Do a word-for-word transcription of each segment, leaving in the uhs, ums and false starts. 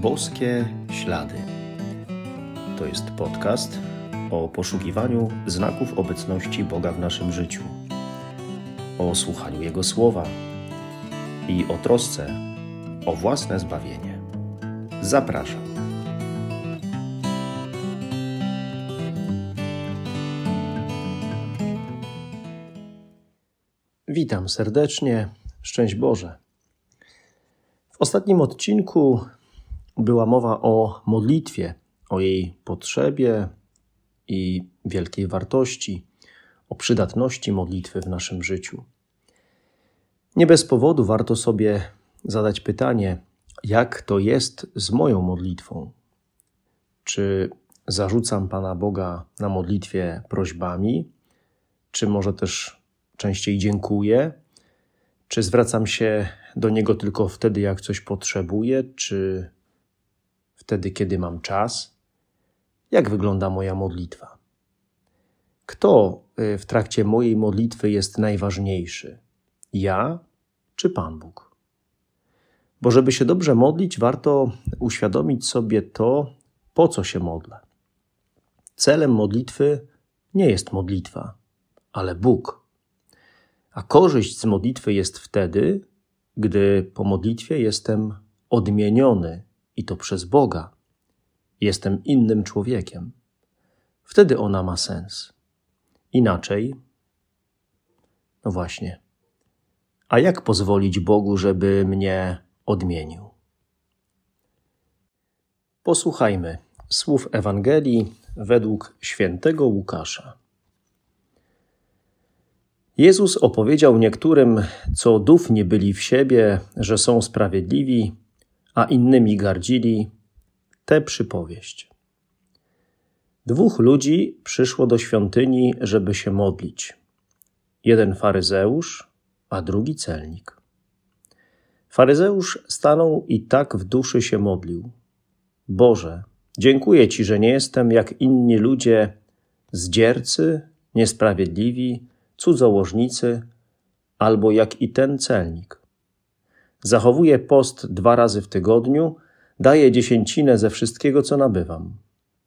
Boskie Ślady. To jest podcast o poszukiwaniu znaków obecności Boga w naszym życiu, o słuchaniu Jego słowa i o trosce o własne zbawienie. Zapraszam. Witam serdecznie, szczęść Boże. W ostatnim odcinku była mowa o modlitwie, o jej potrzebie i wielkiej wartości, o przydatności modlitwy w naszym życiu. Nie bez powodu warto sobie zadać pytanie, jak to jest z moją modlitwą? Czy zarzucam Pana Boga na modlitwie prośbami? Czy może też częściej dziękuję? Czy zwracam się do Niego tylko wtedy, jak coś potrzebuję? Czy wtedy, kiedy mam czas? Jak wygląda moja modlitwa? Kto w trakcie mojej modlitwy jest najważniejszy? Ja czy Pan Bóg? Bo żeby się dobrze modlić, warto uświadomić sobie to, po co się modlę. Celem modlitwy nie jest modlitwa, ale Bóg. A korzyść z modlitwy jest wtedy, gdy po modlitwie jestem odmieniony i to przez Boga. Jestem innym człowiekiem. Wtedy ona ma sens. Inaczej, no właśnie, a jak pozwolić Bogu, żeby mnie odmienił? Posłuchajmy słów Ewangelii według świętego Łukasza. Jezus opowiedział niektórym, co dufni byli w siebie, że są sprawiedliwi, a innymi gardzili, tę przypowieść. Dwóch ludzi przyszło do świątyni, żeby się modlić. Jeden faryzeusz, a drugi celnik. Faryzeusz stanął i tak w duszy się modlił. Boże, dziękuję Ci, że nie jestem jak inni ludzie, zdziercy, niesprawiedliwi, cudzołożnicy, albo jak i ten celnik. Zachowuję post dwa razy w tygodniu, daję dziesięcinę ze wszystkiego, co nabywam.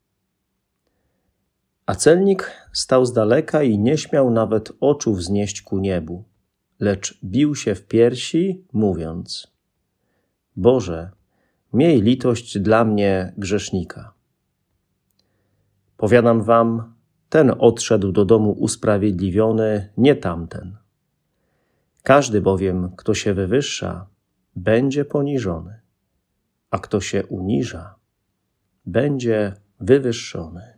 A celnik stał z daleka i nie śmiał nawet oczu wznieść ku niebu, lecz bił się w piersi, mówiąc: Boże, miej litość dla mnie, grzesznika. Powiadam wam, ten odszedł do domu usprawiedliwiony, nie tamten. Każdy bowiem, kto się wywyższa, będzie poniżony, a kto się uniża, będzie wywyższony.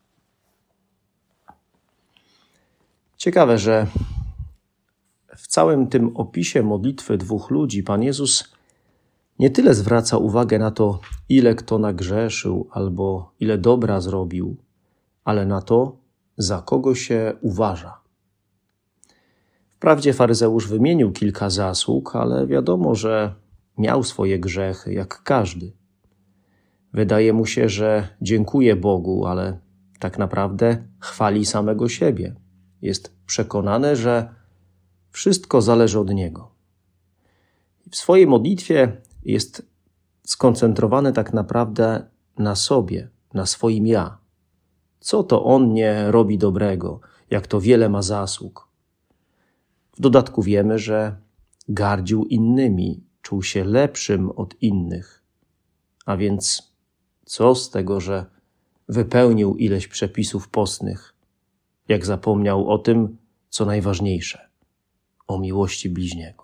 Ciekawe, że w całym tym opisie modlitwy dwóch ludzi Pan Jezus nie tyle zwraca uwagę na to, ile kto nagrzeszył albo ile dobra zrobił, ale na to, za kogo się uważa. Wprawdzie faryzeusz wymienił kilka zasług, ale wiadomo, że miał swoje grzechy, jak każdy. Wydaje mu się, że dziękuje Bogu, ale tak naprawdę chwali samego siebie. Jest przekonany, że wszystko zależy od Niego. W swojej modlitwie jest skoncentrowany tak naprawdę na sobie, na swoim ja. Co to on nie robi dobrego, jak to wiele ma zasług. W dodatku wiemy, że gardził innymi, czuł się lepszym od innych. A więc co z tego, że wypełnił ileś przepisów postnych, jak zapomniał o tym, co najważniejsze, o miłości bliźniego.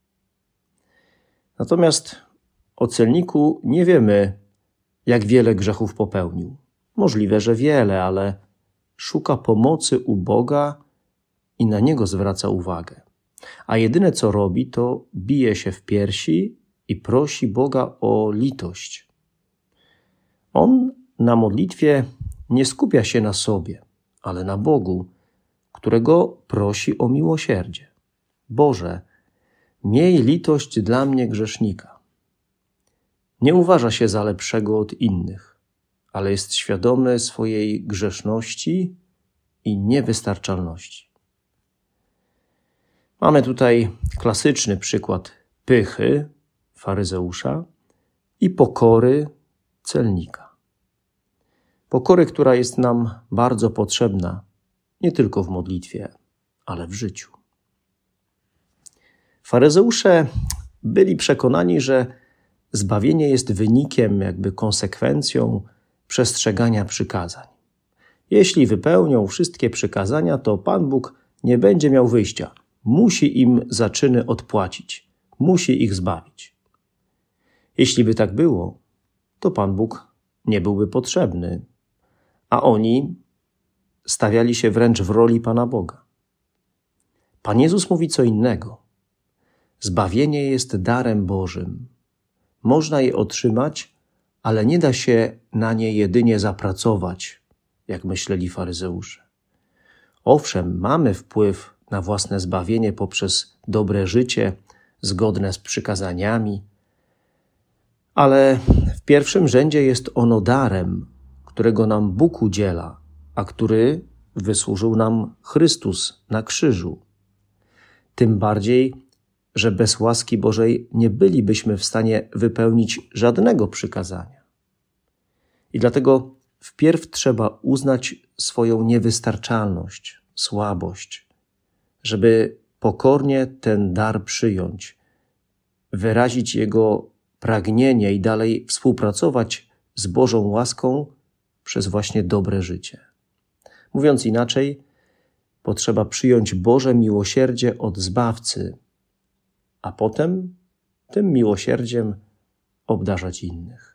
Natomiast o celniku nie wiemy, jak wiele grzechów popełnił. Możliwe, że wiele, ale szuka pomocy u Boga i na Niego zwraca uwagę. A jedyne, co robi, to bije się w piersi i prosi Boga o litość. On na modlitwie nie skupia się na sobie, ale na Bogu, którego prosi o miłosierdzie. Boże, miej litość dla mnie, grzesznika. Nie uważa się za lepszego od innych, ale jest świadomy swojej grzeszności i niewystarczalności. Mamy tutaj klasyczny przykład pychy faryzeusza i pokory celnika. Pokory, która jest nam bardzo potrzebna, nie tylko w modlitwie, ale w życiu. Faryzeusze byli przekonani, że zbawienie jest wynikiem, jakby konsekwencją przestrzegania przykazań. Jeśli wypełnią wszystkie przykazania, to Pan Bóg nie będzie miał wyjścia. Musi im za czyny odpłacić. Musi ich zbawić. Jeśli by tak było, to Pan Bóg nie byłby potrzebny, a oni stawiali się wręcz w roli Pana Boga. Pan Jezus mówi co innego. Zbawienie jest darem Bożym. Można je otrzymać, ale nie da się na nie jedynie zapracować, jak myśleli faryzeusze. Owszem, mamy wpływ na własne zbawienie poprzez dobre życie, zgodne z przykazaniami, ale w pierwszym rzędzie jest ono darem, którego nam Bóg udziela, a który wysłużył nam Chrystus na krzyżu. Tym bardziej, że bez łaski Bożej nie bylibyśmy w stanie wypełnić żadnego przykazania. I dlatego wpierw trzeba uznać swoją niewystarczalność, słabość, żeby pokornie ten dar przyjąć, wyrazić jego pragnienie i dalej współpracować z Bożą łaską przez właśnie dobre życie. Mówiąc inaczej, potrzeba przyjąć Boże miłosierdzie od Zbawcy, a potem tym miłosierdziem obdarzać innych.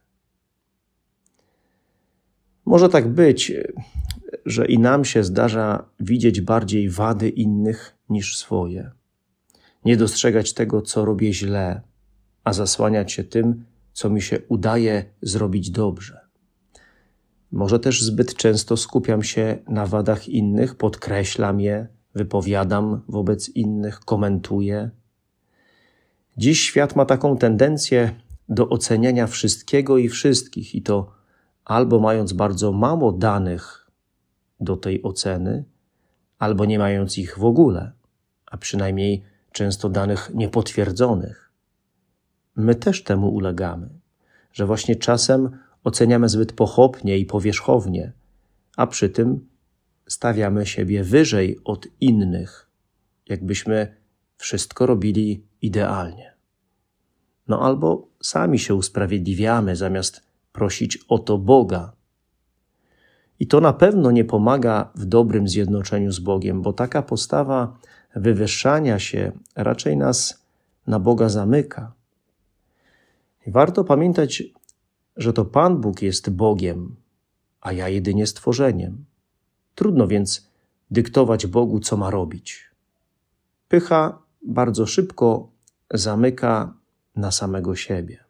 Może tak być, że i nam się zdarza widzieć bardziej wady innych niż swoje, nie dostrzegać tego, co robię źle, a zasłaniać się tym, co mi się udaje zrobić dobrze. Może też zbyt często skupiam się na wadach innych, podkreślam je, wypowiadam wobec innych, komentuję. Dziś świat ma taką tendencję do oceniania wszystkiego i wszystkich i to albo mając bardzo mało danych do tej oceny, albo nie mając ich w ogóle, a przynajmniej często danych niepotwierdzonych. My też temu ulegamy, że właśnie czasem oceniamy zbyt pochopnie i powierzchownie, a przy tym stawiamy siebie wyżej od innych, jakbyśmy wszystko robili idealnie. No albo sami się usprawiedliwiamy, zamiast prosić o to Boga. I to na pewno nie pomaga w dobrym zjednoczeniu z Bogiem, bo taka postawa wywyższania się raczej nas na Boga zamyka. I warto pamiętać, że to Pan Bóg jest Bogiem, a ja jedynie stworzeniem. Trudno więc dyktować Bogu, co ma robić. Pycha bardzo szybko zamyka na samego siebie.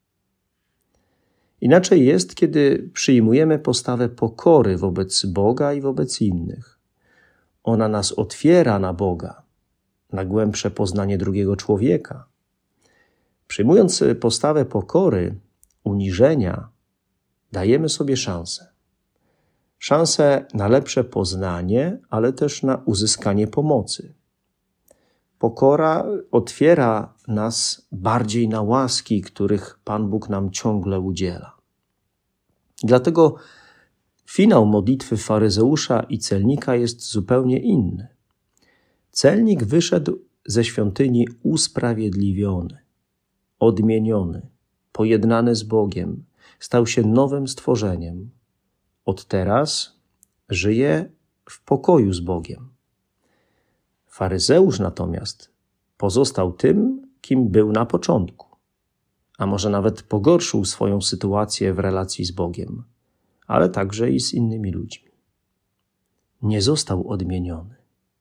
Inaczej jest, kiedy przyjmujemy postawę pokory wobec Boga i wobec innych. Ona nas otwiera na Boga, na głębsze poznanie drugiego człowieka. Przyjmując postawę pokory, uniżenia, dajemy sobie szansę. Szansę na lepsze poznanie, ale też na uzyskanie pomocy. Pokora otwiera nas bardziej na łaski, których Pan Bóg nam ciągle udziela. Dlatego finał modlitwy faryzeusza i celnika jest zupełnie inny. Celnik wyszedł ze świątyni usprawiedliwiony, odmieniony, pojednany z Bogiem, stał się nowym stworzeniem. Od teraz żyje w pokoju z Bogiem. Faryzeusz natomiast pozostał tym, kim był na początku, a może nawet pogorszył swoją sytuację w relacji z Bogiem, ale także i z innymi ludźmi. Nie został odmieniony.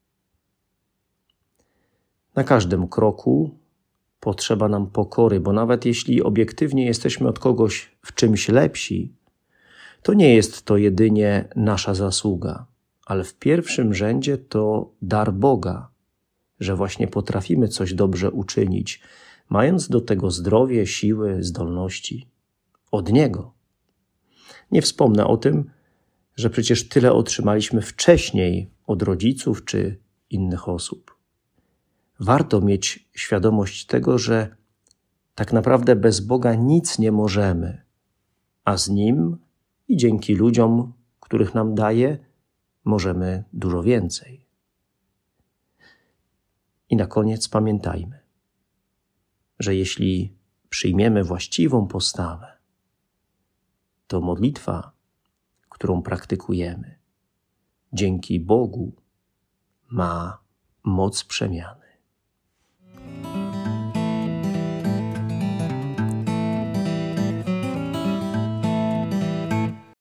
Na każdym kroku potrzeba nam pokory, bo nawet jeśli obiektywnie jesteśmy od kogoś w czymś lepsi, to nie jest to jedynie nasza zasługa, ale w pierwszym rzędzie to dar Boga, że właśnie potrafimy coś dobrze uczynić, mając do tego zdrowie, siły, zdolności od Niego. Nie wspomnę o tym, że przecież tyle otrzymaliśmy wcześniej od rodziców czy innych osób. Warto mieć świadomość tego, że tak naprawdę bez Boga nic nie możemy, a z Nim i dzięki ludziom, których nam daje, możemy dużo więcej. I na koniec pamiętajmy, że jeśli przyjmiemy właściwą postawę, to modlitwa, którą praktykujemy, dzięki Bogu ma moc przemiany.